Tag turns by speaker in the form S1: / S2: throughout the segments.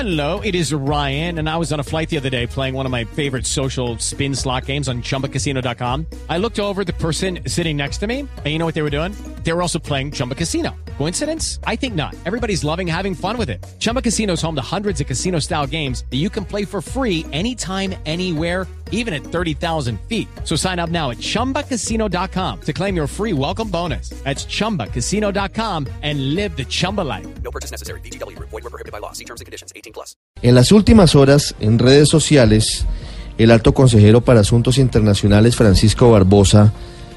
S1: Hello, it is Ryan, and I was on a flight the other day playing one of my favorite social spin slot games on ChumbaCasino.com. I looked over at the person sitting next to me, and you know what they were doing? They were also playing Chumba Casino. Coincidence? I think not. Everybody's loving having fun with it. Chumba Casino is home to hundreds of casino-style games that you can play for free anytime, anywhere, even at 30,000 feet. So sign up now at ChumbaCasino.com to claim your free welcome bonus. That's ChumbaCasino.com and live the Chumba life.
S2: No purchase necessary. VGW. Void where prohibited by law. See terms and conditions. 18+.
S3: En las últimas horas, en redes sociales, el alto consejero para Asuntos Internacionales, Francisco Barbosa,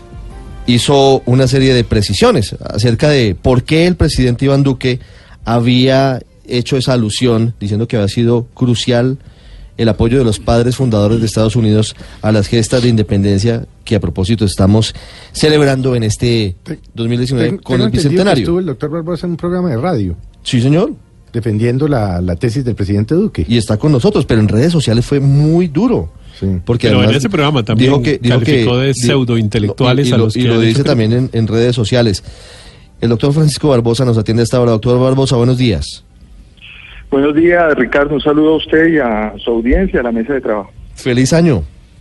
S3: hizo una serie de precisiones acerca de por qué el presidente Iván Duque había hecho esa alusión, diciendo que había sido crucial el apoyo de los padres fundadores de Estados Unidos a las gestas de independencia que, a propósito, estamos celebrando en este 2019 con el bicentenario.
S4: Estuvo el doctor Barbosa en un programa de radio.
S3: Sí, señor.
S4: Defendiendo la tesis del presidente Duque.
S3: Y está con nosotros, pero en redes sociales fue muy duro.
S4: Sí.
S3: Porque
S5: pero
S3: además
S5: en ese programa también calificó de pseudointelectuales a los que...
S3: Y lo dice también en redes sociales. El doctor Francisco Barbosa nos atiende a esta hora. Doctor Barbosa, buenos días.
S6: Buenos días, Ricardo. Un saludo a usted y a su audiencia, a la mesa de trabajo.
S3: Feliz año.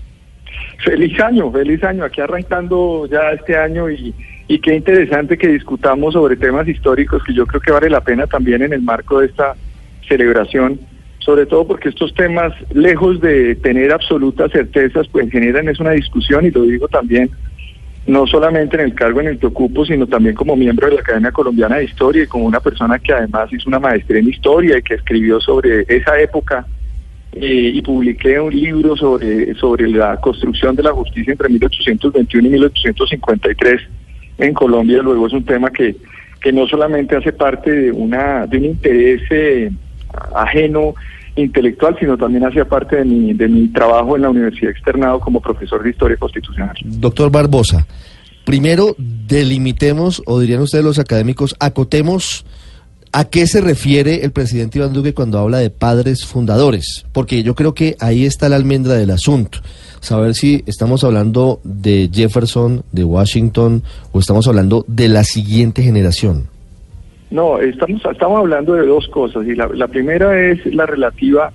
S6: Feliz año. Aquí arrancando ya este año y qué interesante que discutamos sobre temas históricos que yo creo que vale la pena también en el marco de esta celebración, sobre todo porque estos temas, lejos de tener absolutas certezas, pues generan es una discusión, y lo digo también, no solamente en el cargo en el que ocupo, sino también como miembro de la Academia Colombiana de Historia y como una persona que además hizo una maestría en Historia y que escribió sobre esa época y publiqué un libro sobre la construcción de la justicia entre 1821 y 1853 en Colombia. Luego es un tema que no solamente hace parte de un interés ajeno intelectual, sino también hacía parte de mi trabajo en la Universidad Externado como profesor de Historia Constitucional.
S3: Doctor Barbosa, primero delimitemos, o dirían ustedes los académicos, acotemos a qué se refiere el presidente Iván Duque cuando habla de padres fundadores, porque yo creo que ahí está la almendra del asunto, saber si estamos hablando de Jefferson, de Washington, o estamos hablando de la siguiente generación.
S6: No, estamos hablando de dos cosas, y la primera es la relativa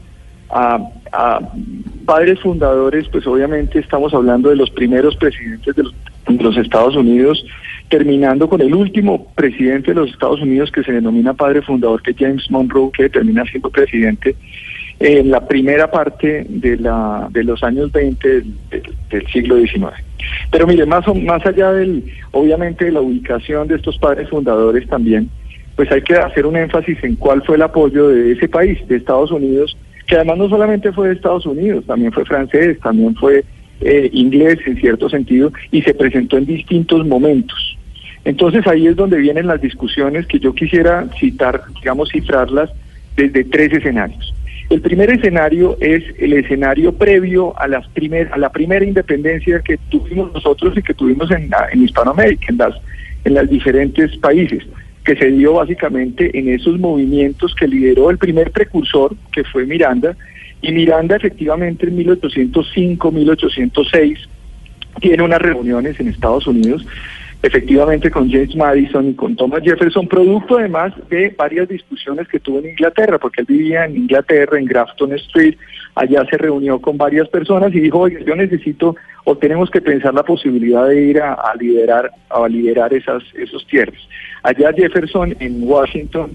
S6: a padres fundadores. Pues obviamente estamos hablando de los primeros presidentes de los Estados Unidos, terminando con el último presidente de los Estados Unidos que se denomina padre fundador, que es James Monroe, que termina siendo presidente en la primera parte de los años 20 del siglo XIX. Pero mire, más allá obviamente de la ubicación de estos padres fundadores también, pues hay que hacer un énfasis en cuál fue el apoyo de ese país, de Estados Unidos, que además no solamente fue de Estados Unidos, también fue francés, también fue inglés en cierto sentido, y se presentó en distintos momentos. Entonces ahí es donde vienen las discusiones que yo quisiera cifrarlas desde tres escenarios. El primer escenario es el escenario previo a la primera independencia que tuvimos nosotros y que tuvimos en Hispanoamérica, en los diferentes países, que se dio básicamente en esos movimientos que lideró el primer precursor, que fue Miranda, y Miranda efectivamente en 1805, 1806, tiene unas reuniones en Estados Unidos, efectivamente con James Madison y con Thomas Jefferson, producto además de varias discusiones que tuvo en Inglaterra, porque él vivía en Inglaterra, en Grafton Street. Allá se reunió con varias personas y dijo: oye, yo necesito, o tenemos que pensar la posibilidad de ir a liderar esos tierras. Allá Jefferson en Washington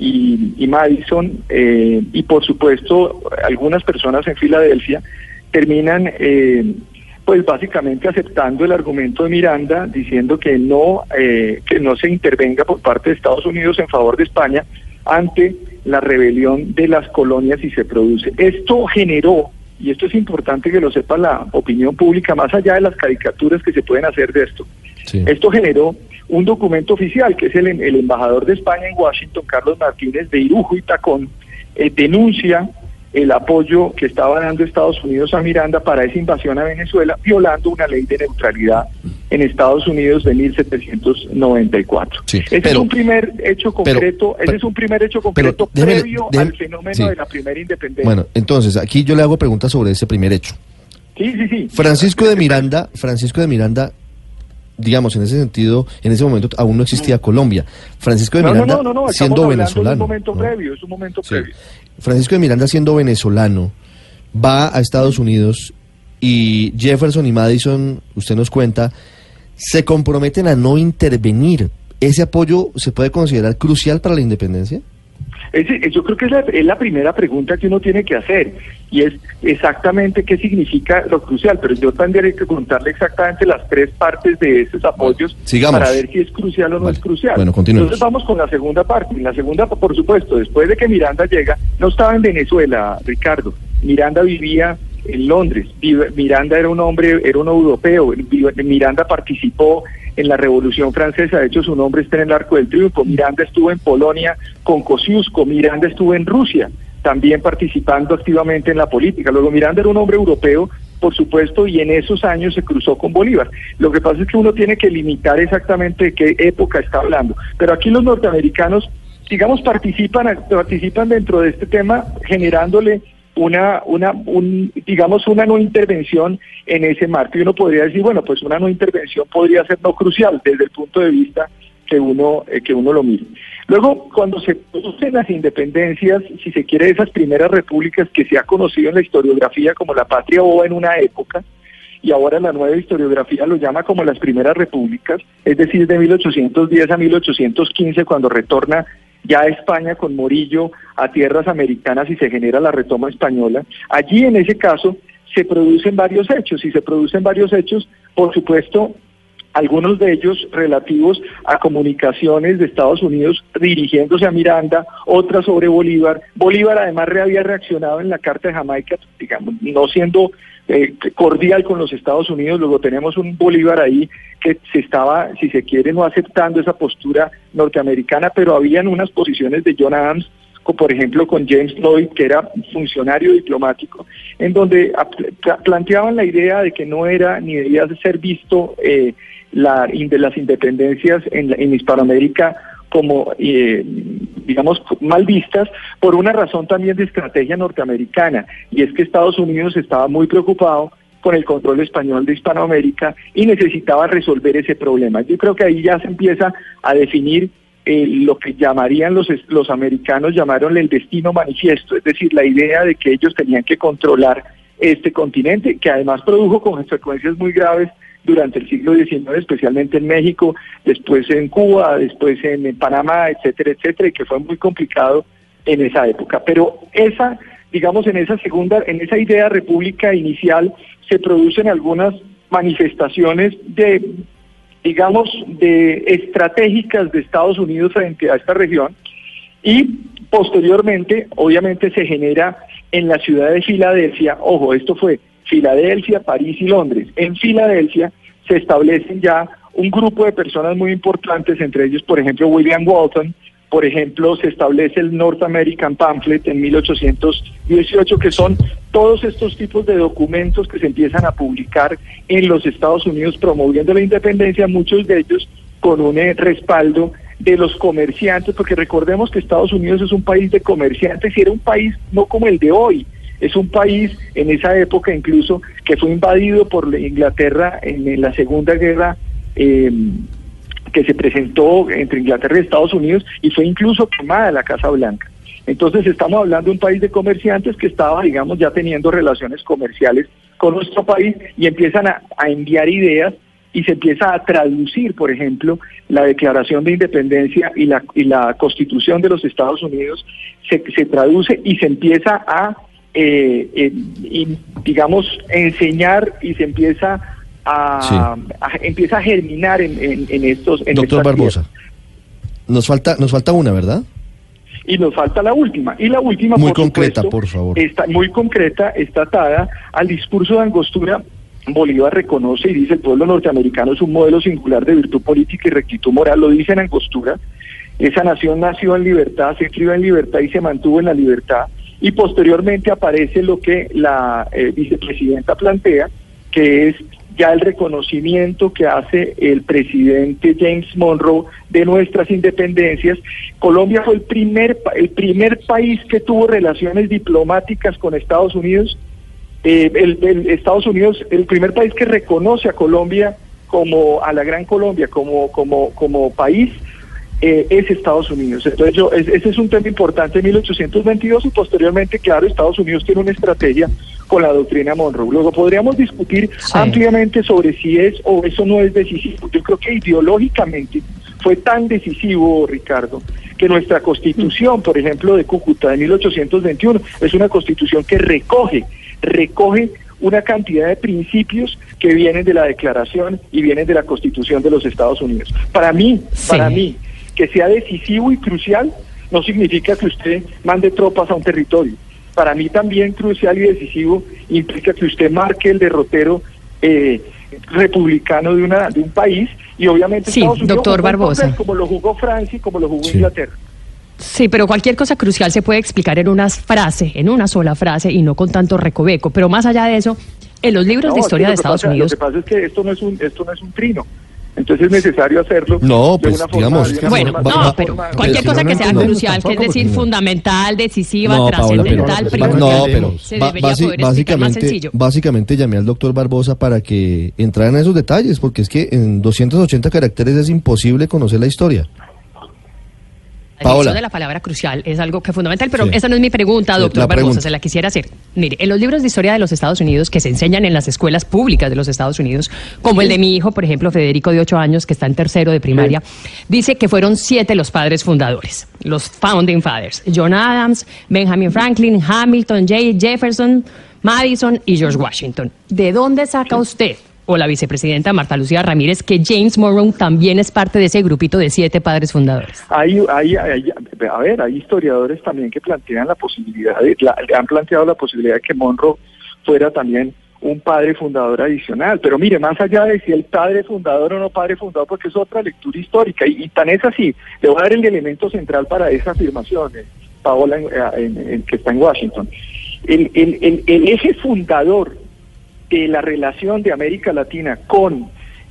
S6: y Madison, y por supuesto algunas personas en Filadelfia terminan pues básicamente aceptando el argumento de Miranda, diciendo que no se intervenga por parte de Estados Unidos en favor de España ante la rebelión de las colonias si se produce. Esto generó, y esto es importante que lo sepa la opinión pública, más allá de las caricaturas que se pueden hacer de esto, sí. Esto generó un documento oficial, que es el embajador de España en Washington, Carlos Martínez, de Irujo y Tacón, denuncia el apoyo que estaba dando Estados Unidos a Miranda para esa invasión a Venezuela, violando una ley de neutralidad en Estados Unidos de 1794. Sí, ese es un primer hecho concreto, previo al fenómeno de la primera independencia.
S3: Bueno, entonces, aquí yo le hago preguntas sobre ese primer hecho.
S6: Sí.
S3: Francisco de Miranda, digamos, en ese sentido, en ese momento aún no existía Colombia. Francisco de Miranda, siendo venezolano.
S6: Es un momento previo.
S3: Francisco de Miranda, siendo venezolano, va a Estados Unidos y Jefferson y Madison, usted nos cuenta, se comprometen a no intervenir. ¿Ese apoyo se puede considerar crucial para la independencia?
S6: Yo creo que es la primera pregunta que uno tiene que hacer, y es exactamente qué significa lo crucial, pero yo tendré que contarle exactamente las tres partes de esos apoyos para ver si es crucial o no es crucial.
S3: Bueno, continuemos.
S6: Entonces vamos con la segunda parte. En la segunda, por supuesto, después de que Miranda llega, no estaba en Venezuela, Ricardo. Miranda vivía en Londres. Miranda era un hombre, era un europeo. Miranda participó en la Revolución Francesa, de hecho su nombre está en el Arco del Triunfo. Miranda estuvo en Polonia con Kosciuszko, Miranda estuvo en Rusia, también participando activamente en la política. Luego Miranda era un hombre europeo, por supuesto, y en esos años se cruzó con Bolívar. Lo que pasa es que uno tiene que limitar exactamente de qué época está hablando. Pero aquí los norteamericanos, digamos, participan dentro de este tema, generándole una no intervención en ese marco. Y uno podría decir, bueno, pues una no intervención podría ser no crucial desde el punto de vista que uno lo mire. Luego, cuando se producen las independencias, si se quiere, esas primeras repúblicas que se ha conocido en la historiografía como la patria boba en una época, y ahora la nueva historiografía lo llama como las primeras repúblicas, es decir, de 1810 a 1815, cuando retorna ya España con Morillo a tierras americanas y se genera la retoma española. Allí, en ese caso, se producen varios hechos, por supuesto, algunos de ellos relativos a comunicaciones de Estados Unidos dirigiéndose a Miranda, otras sobre Bolívar. Bolívar además había reaccionado en la Carta de Jamaica, digamos, no siendo cordial con los Estados Unidos. Luego tenemos un Bolívar ahí que se estaba, si se quiere, no aceptando esa postura norteamericana, pero habían unas posiciones de John Adams, por ejemplo con James Lloyd, que era funcionario diplomático, en donde planteaban la idea de que no era ni debía ser visto de las independencias en Hispanoamérica como, digamos, mal vistas, por una razón también de estrategia norteamericana, y es que Estados Unidos estaba muy preocupado con el control español de Hispanoamérica y necesitaba resolver ese problema. Yo creo que ahí ya se empieza a definir lo que llamarían los americanos, llamaron el destino manifiesto, es decir, la idea de que ellos tenían que controlar este continente, que además produjo consecuencias muy graves durante el siglo XIX, especialmente en México, después en Cuba, después en Panamá, etcétera, etcétera, y que fue muy complicado en esa época. Pero en esa idea república inicial se producen algunas manifestaciones de estratégicas de Estados Unidos frente a esta región, y posteriormente, obviamente, se genera en la ciudad de Filadelfia, ojo, esto fue Filadelfia, París y Londres. En Filadelfia se establecen ya un grupo de personas muy importantes, entre ellos, por ejemplo, William Walton. Por ejemplo, se establece el North American Pamphlet en 1818, que son todos estos tipos de documentos que se empiezan a publicar en los Estados Unidos promoviendo la independencia, muchos de ellos con un respaldo de los comerciantes, porque recordemos que Estados Unidos es un país de comerciantes y era un país no como el de hoy. Es un país, en esa época incluso, que fue invadido por Inglaterra en la Segunda Guerra que se presentó entre Inglaterra y Estados Unidos, y fue incluso quemada la Casa Blanca. Entonces estamos hablando de un país de comerciantes que estaba, digamos, ya teniendo relaciones comerciales con nuestro país, y empiezan a enviar ideas, y se empieza a traducir, por ejemplo, la Declaración de Independencia y la Constitución de los Estados Unidos, se traduce y se empieza a enseñar, y se empieza a germinar en estos.
S3: Doctor Barbosa, nos falta una, ¿verdad?
S6: Y nos falta la última. Y la última,
S3: muy concreta, por favor.
S6: Está muy concreta, está atada al discurso de Angostura. Bolívar reconoce y dice: el pueblo norteamericano es un modelo singular de virtud política y rectitud moral. Lo dice en Angostura. Esa nación nació en libertad, se crió en libertad y se mantuvo en la libertad. Y posteriormente aparece lo que la vicepresidenta plantea, que es ya el reconocimiento que hace el presidente James Monroe de nuestras independencias. Colombia fue el primer país que tuvo relaciones diplomáticas con Estados Unidos. Estados Unidos, el primer país que reconoce a Colombia a la Gran Colombia como país, es Estados Unidos. Entonces ese es un tema importante en 1822 y posteriormente, claro, Estados Unidos tiene una estrategia con la doctrina Monroe. Luego podríamos discutir ampliamente sobre si es o eso no es decisivo. Yo creo que ideológicamente fue tan decisivo, Ricardo, que nuestra Constitución, por ejemplo, de Cúcuta de 1821, es una Constitución que recoge una cantidad de principios que vienen de la Declaración y vienen de la Constitución de los Estados Unidos. Para mí, que sea decisivo y crucial no significa que usted mande tropas a un territorio. Para mí también crucial y decisivo implica que usted marque el derrotero republicano de un país, y obviamente
S7: sí,
S6: Estados Unidos
S7: doctor Barbosa,
S6: como lo jugó Francia y como lo jugó Inglaterra.
S7: Sí, pero cualquier cosa crucial se puede explicar en una sola frase y no con tanto recoveco. Pero más allá de eso, en los libros de historia de Estados Unidos...
S6: Lo que pasa es que esto no es un trino. Entonces es necesario hacerlo.
S3: No, pues
S6: de una
S3: digamos...
S6: forma,
S7: bueno, pero cualquier cosa que sea crucial, que es decir, fundamental, decisiva, trascendental, primordial, se debería poder explicar más sencillo.
S3: Básicamente llamé al doctor Barbosa para que entrara en esos detalles, porque es que en 280 caracteres es imposible conocer la historia.
S7: La definición de la palabra crucial es algo que es fundamental, pero esa no es mi pregunta, doctor Barbosa, se la quisiera hacer. Mire, en los libros de historia de los Estados Unidos que se enseñan en las escuelas públicas de los Estados Unidos, como el de mi hijo, por ejemplo, Federico, de 8 años, que está en tercero de primaria, dice que fueron 7 los padres fundadores, los Founding Fathers: John Adams, Benjamin Franklin, Hamilton, Jefferson, Madison y George Washington. ¿De dónde saca usted, o la vicepresidenta Marta Lucía Ramírez, que James Monroe también es parte de ese grupito de 7 padres fundadores?
S6: Hay historiadores también que plantean la posibilidad, han planteado la posibilidad de que Monroe fuera también un padre fundador adicional. Pero mire, más allá de si el padre fundador o no padre fundador, porque es otra lectura histórica, y tan es así, le voy a dar el elemento central para esa afirmación, Paola, que está en Washington. El eje fundador de la relación de América Latina con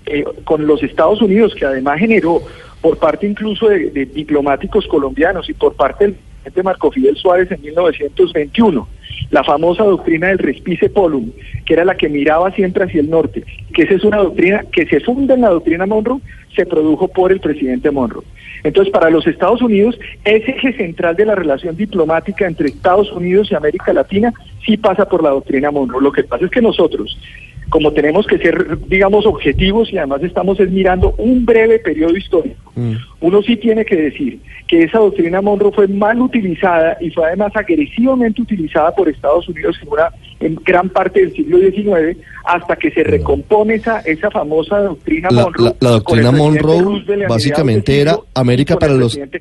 S6: los Estados Unidos, que además generó por parte incluso de diplomáticos colombianos y por parte del presidente Marco Fidel Suárez en 1921, la famosa doctrina del Respice Polum, que era la que miraba siempre hacia el norte, que esa es una doctrina que se funda en la doctrina Monroe, se produjo por el presidente Monroe. Entonces, para los Estados Unidos, ese eje central de la relación diplomática entre Estados Unidos y América Latina sí pasa por la doctrina Monroe. Lo que pasa es que nosotros, como tenemos que ser, digamos, objetivos y además estamos mirando un breve periodo histórico, uno sí tiene que decir que esa doctrina Monroe fue mal utilizada y fue además agresivamente utilizada por Estados Unidos en gran parte del siglo XIX, hasta que se recompone esa famosa doctrina Monroe.
S3: La doctrina Monroe básicamente era América para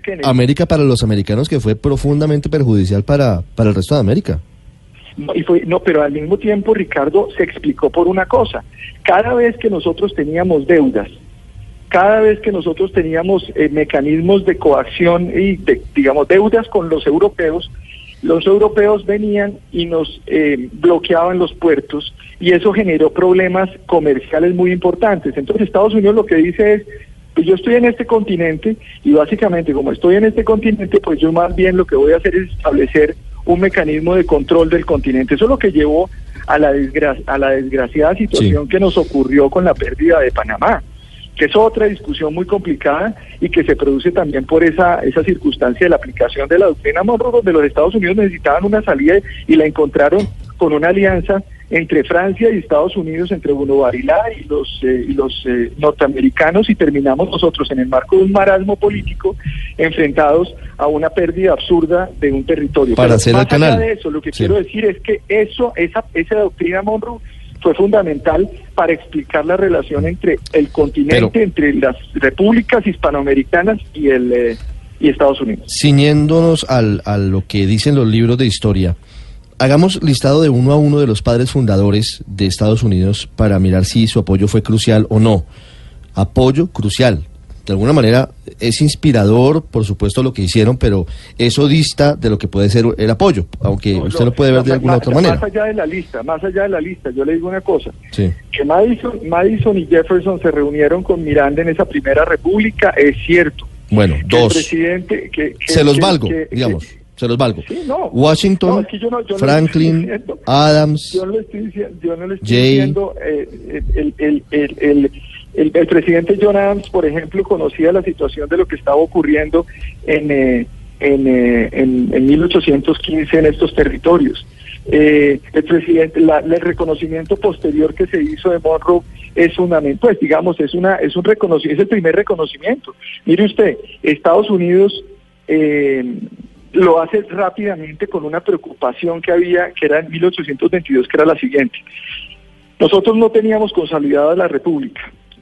S3: los americanos, que fue profundamente perjudicial para el resto de América.
S6: Pero al mismo tiempo, Ricardo, se explicó por una cosa: cada vez que nosotros teníamos deudas, cada vez que nosotros teníamos mecanismos de coacción y deudas con los europeos venían y nos bloqueaban los puertos, y eso generó problemas comerciales muy importantes. Entonces Estados Unidos lo que dice es: pues yo estoy en este continente, y básicamente como estoy en este continente, pues yo más bien lo que voy a hacer es establecer un mecanismo de control del continente. Eso es lo que llevó a la desgraciada situación que nos ocurrió con la pérdida de Panamá, que es otra discusión muy complicada y que se produce también por esa circunstancia de la aplicación de la doctrina Monroe, donde los Estados Unidos necesitaban una salida y la encontraron con una alianza entre Francia y Estados Unidos, entre Bruno Barila y los norteamericanos, y terminamos nosotros en el marco de un marasmo político enfrentados a una pérdida absurda de un territorio.
S3: Para hacer el canal.
S6: Más allá de eso, lo que quiero decir es que esa doctrina Monroe fue fundamental para explicar la relación entre el continente, entre las repúblicas hispanoamericanas y Estados Unidos.
S3: Ciñéndonos a lo que dicen los libros de historia, hagamos listado de uno a uno de los padres fundadores de Estados Unidos para mirar si su apoyo fue crucial o no. Apoyo crucial. De alguna manera es inspirador, por supuesto, lo que hicieron, pero eso dista de lo que puede ser el apoyo, aunque usted lo puede ver de alguna otra manera.
S6: Más allá de la lista, yo le digo una cosa, que Madison y Jefferson se reunieron con Miranda en esa primera república, es cierto.
S3: Bueno, dos.
S6: Presidente
S3: se los valgo. Sí, Washington, Franklin, Adams,
S6: yo no le estoy diciendo El presidente John Adams, por ejemplo, conocía la situación de lo que estaba ocurriendo en 1815 en estos territorios. El presidente, el reconocimiento posterior que se hizo de Monroe es fundamental, pues digamos, es un reconocimiento, es el primer reconocimiento. Mire usted, Estados Unidos lo hace rápidamente con una preocupación que había, que era en 1822, que era la siguiente. Nosotros no teníamos consolidada la República.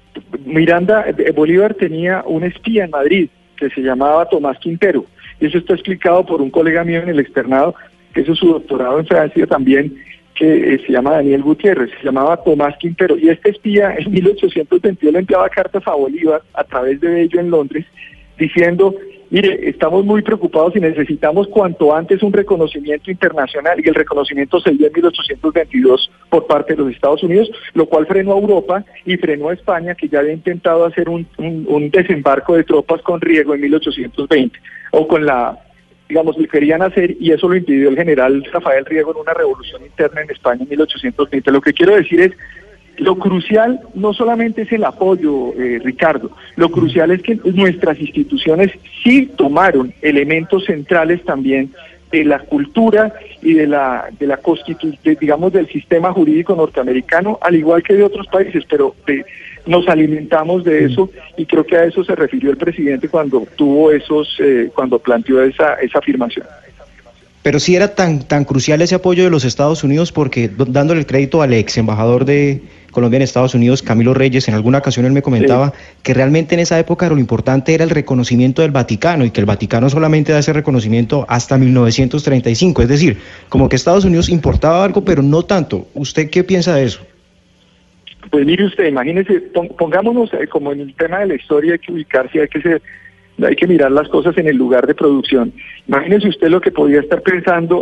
S6: Bolívar tenía un espía en Madrid que se llamaba Tomás Quintero, y eso está explicado por un colega mío en el externado, que hizo su doctorado en Francia también, que se llama Daniel Gutiérrez, se llamaba Tomás Quintero, y este espía en 1822 le enviaba cartas a Bolívar a través de Bello en Londres, diciendo: mire, estamos muy preocupados y necesitamos cuanto antes un reconocimiento internacional, y el reconocimiento se dio en 1822 por parte de los Estados Unidos, lo cual frenó a Europa y frenó a España, que ya había intentado hacer un desembarco de tropas con Riego en 1820, o con digamos, lo querían hacer, y eso lo impidió el general Rafael Riego en una revolución interna en España en 1820. Lo que quiero decir es, lo crucial no solamente es el apoyo, Ricardo, lo crucial es que nuestras instituciones sí tomaron elementos centrales también de la cultura y de la constitución, digamos, del sistema jurídico norteamericano, al igual que de otros países, pero nos alimentamos de eso, y creo que a eso se refirió el presidente cuando cuando planteó esa afirmación.
S8: Pero sí era tan crucial ese apoyo de los Estados Unidos, porque dándole el crédito al ex embajador de Colombia en Estados Unidos, Camilo Reyes, en alguna ocasión él me comentaba que realmente en esa época lo importante era el reconocimiento del Vaticano, y que el Vaticano solamente da ese reconocimiento hasta 1935, es decir, como que Estados Unidos importaba algo, pero no tanto. ¿Usted qué piensa de eso?
S6: Pues mire usted, imagínese, pongámonos como en el tema de la historia, hay que ubicarse, hay que mirar las cosas en el lugar de producción. Imagínese usted lo que podía estar pensando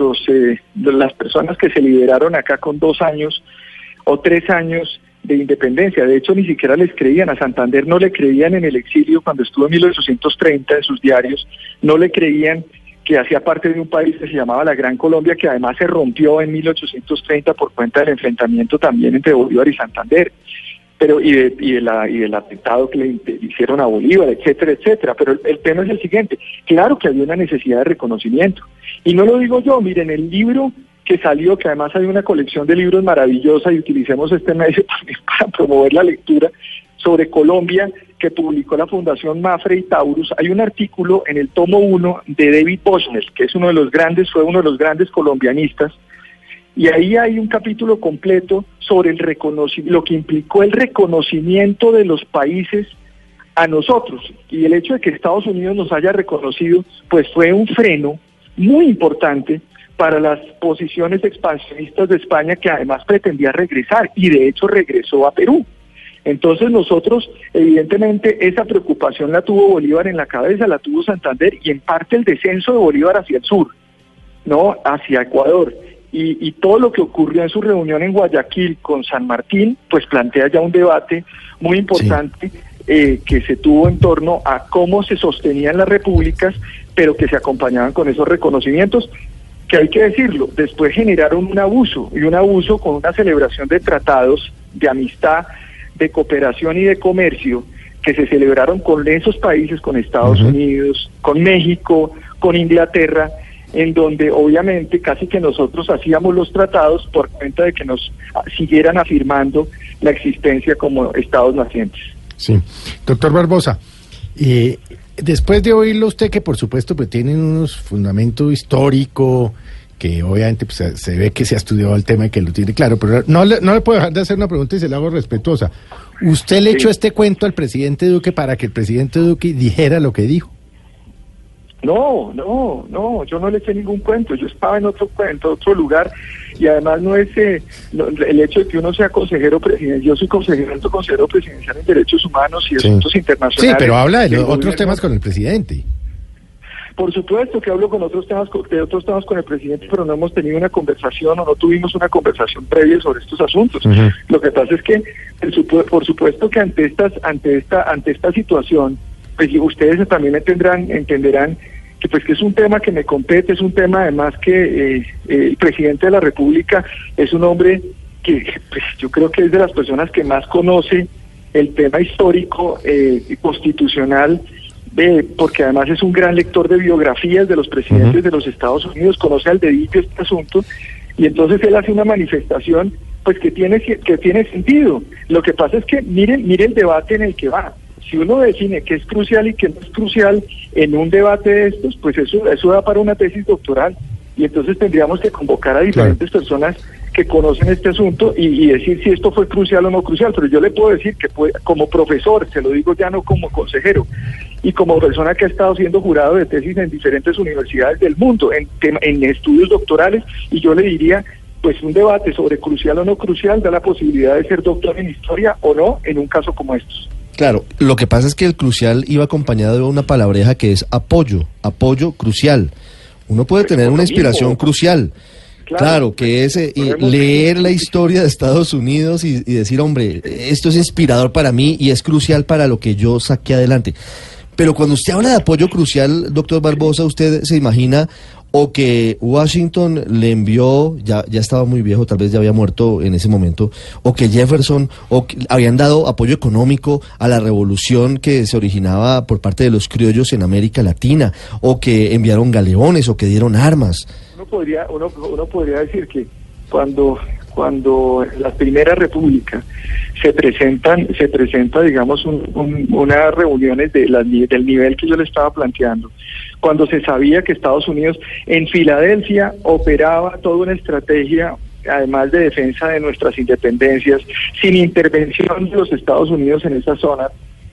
S6: las personas que se liberaron acá con 2 años o 3 años de independencia. De hecho, ni siquiera les creían. A Santander no le creían en el exilio cuando estuvo en 1830 en sus diarios, no le creían que hacía parte de un país que se llamaba la Gran Colombia, que además se rompió en 1830 por cuenta del enfrentamiento también entre Bolívar y Santander, pero y del atentado que le hicieron a Bolívar, etcétera, etcétera. Pero el tema es el siguiente: claro que había una necesidad de reconocimiento, y no lo digo yo. Miren, el libro que salió, que además hay una colección de libros maravillosa, y utilicemos este medio también para promover la lectura, sobre Colombia, que publicó la Fundación Mafre y Taurus. Hay un artículo en el tomo 1 de David Bushnell, que es fue uno de los grandes colombianistas, y ahí hay un capítulo completo sobre lo que implicó el reconocimiento de los países a nosotros, y el hecho de que Estados Unidos nos haya reconocido, pues fue un freno muy importante para las posiciones expansionistas de España, que además pretendía regresar, y de hecho regresó a Perú. Entonces nosotros, evidentemente, esa preocupación la tuvo Bolívar en la cabeza, la tuvo Santander, y en parte el descenso de Bolívar hacia el sur, ¿no?, hacia Ecuador. Y todo lo que ocurrió en su reunión en Guayaquil con San Martín, pues plantea ya un debate muy importante, que se tuvo en torno a cómo se sostenían las repúblicas, pero que se acompañaban con esos reconocimientos, que hay que decirlo, después generaron un abuso con una celebración de tratados de amistad, de cooperación y de comercio, que se celebraron con esos países, con Estados Unidos, con México, con Inglaterra, en donde obviamente casi que nosotros hacíamos los tratados por cuenta de que nos siguieran afirmando la existencia como estados nacientes.
S4: Sí. Doctor Barbosa, después de oírlo usted, que por supuesto pues tiene unos fundamento histórico, que obviamente pues, se ve que se ha estudiado el tema y que lo tiene claro, pero no le puedo dejar de hacer una pregunta y se la hago respetuosa. ¿Usted le echó este cuento al presidente Duque para que el presidente Duque dijera lo que dijo?
S6: No, yo no le eché ningún cuento, yo estaba en otro lugar, y además no es el hecho de que uno sea consejero presidencial. Yo soy consejero presidencial en Derechos Humanos y Asuntos Internacionales.
S4: Sí, pero habla de otros temas con el presidente.
S6: Por supuesto que hablo de otros temas con el presidente, pero no hemos tenido una conversación, o no tuvimos una conversación previa sobre estos asuntos. Lo que pasa es que, por supuesto que ante esta situación, pues ustedes también entenderán que pues que es un tema que me compete, es un tema además que el presidente de la República es un hombre que pues, yo creo que es de las personas que más conoce el tema histórico y constitucional, porque además es un gran lector de biografías de los presidentes de los Estados Unidos, conoce al dedillo este asunto, y entonces él hace una manifestación pues que tiene sentido. Lo que pasa es que mire el debate en el que va. Si uno define qué es crucial y qué no es crucial en un debate de estos, pues eso da para una tesis doctoral, y entonces tendríamos que convocar a diferentes personas que conocen este asunto y decir si esto fue crucial o no crucial. Pero yo le puedo decir que como profesor, se lo digo ya no como consejero, y como persona que ha estado siendo jurado de tesis en diferentes universidades del mundo, en estudios doctorales, y yo le diría, pues un debate sobre crucial o no crucial da la posibilidad de ser doctor en historia o no en un caso como estos.
S3: Claro, lo que pasa es que el crucial iba acompañado de una palabreja que es apoyo crucial. Uno puede tener una inspiración crucial. Claro, que es leer la historia de Estados Unidos y decir, hombre, esto es inspirador para mí y es crucial para lo que yo saqué adelante. Pero cuando usted habla de apoyo crucial, doctor Barbosa, ¿usted se imagina o que Washington le envió, ya estaba muy viejo, tal vez ya había muerto en ese momento, o que Jefferson, o que habían dado apoyo económico a la revolución que se originaba por parte de los criollos en América Latina, o que enviaron galeones, o que dieron armas?
S6: Uno podría decir que cuando la Primera República se presenta, digamos, unas reuniones del nivel que yo le estaba planteando, cuando se sabía que Estados Unidos en Filadelfia operaba toda una estrategia, además de defensa de nuestras independencias, sin intervención de los Estados Unidos en esa zona,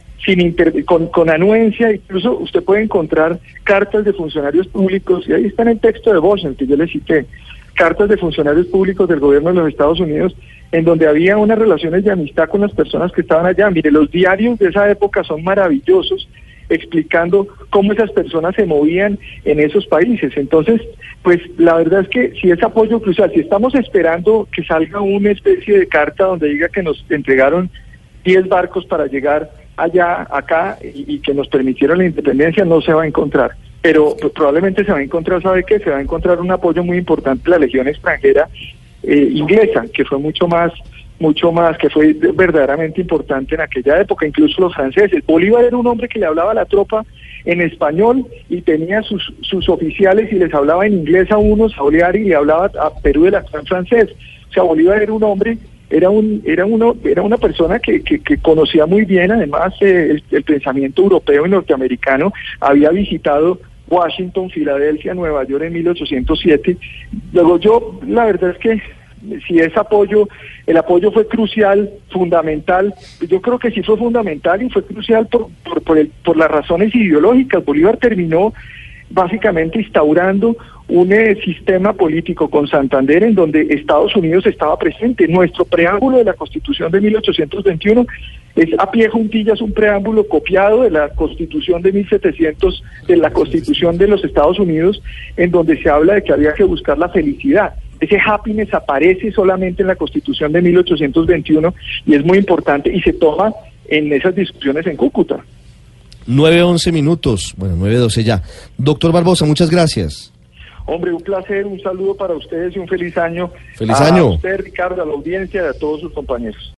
S6: con anuencia. Incluso usted puede encontrar cartas de funcionarios públicos, y ahí está en el texto de Boston que yo le cité, cartas de funcionarios públicos del gobierno de los Estados Unidos, en donde había unas relaciones de amistad con las personas que estaban allá. Mire, los diarios de esa época son maravillosos, explicando cómo esas personas se movían en esos países. Entonces, pues la verdad es que si es apoyo crucial, si estamos esperando que salga una especie de carta donde diga que nos entregaron 10 barcos para llegar acá, y que nos permitieron la independencia, no se va a encontrar. Pero probablemente se va a encontrar, ¿sabe qué? Se va a encontrar un apoyo muy importante de la Legión extranjera inglesa, que fue mucho más, que fue verdaderamente importante en aquella época. Incluso los franceses. Bolívar era un hombre que le hablaba a la tropa en español y tenía sus oficiales y les hablaba en inglés a unos, a Oliari, y le hablaba a Perú de la en francés. O sea, Bolívar era un hombre, era una persona que conocía muy bien, además, el pensamiento europeo y norteamericano. Había visitado Washington, Filadelfia, Nueva York en 1807. Luego la verdad es que si es el apoyo fue crucial, fundamental, yo creo que sí fue fundamental y fue crucial por las razones ideológicas. Bolívar terminó básicamente instaurando un sistema político con Santander en donde Estados Unidos estaba presente. Nuestro preámbulo de la Constitución de 1821 es a pie juntillas un preámbulo copiado de la Constitución de 1700, de la Constitución de los Estados Unidos, en donde se habla de que había que buscar la felicidad. Ese happiness aparece solamente en la Constitución de 1821 y es muy importante y se toma en esas discusiones en Cúcuta.
S3: 9:11 minutos, bueno, 9:12 ya. Doctor Barbosa, muchas gracias.
S6: Hombre, un placer, un saludo para ustedes y un feliz año.
S3: ¡Feliz año!
S6: A usted, Ricardo, a la audiencia y a todos sus compañeros.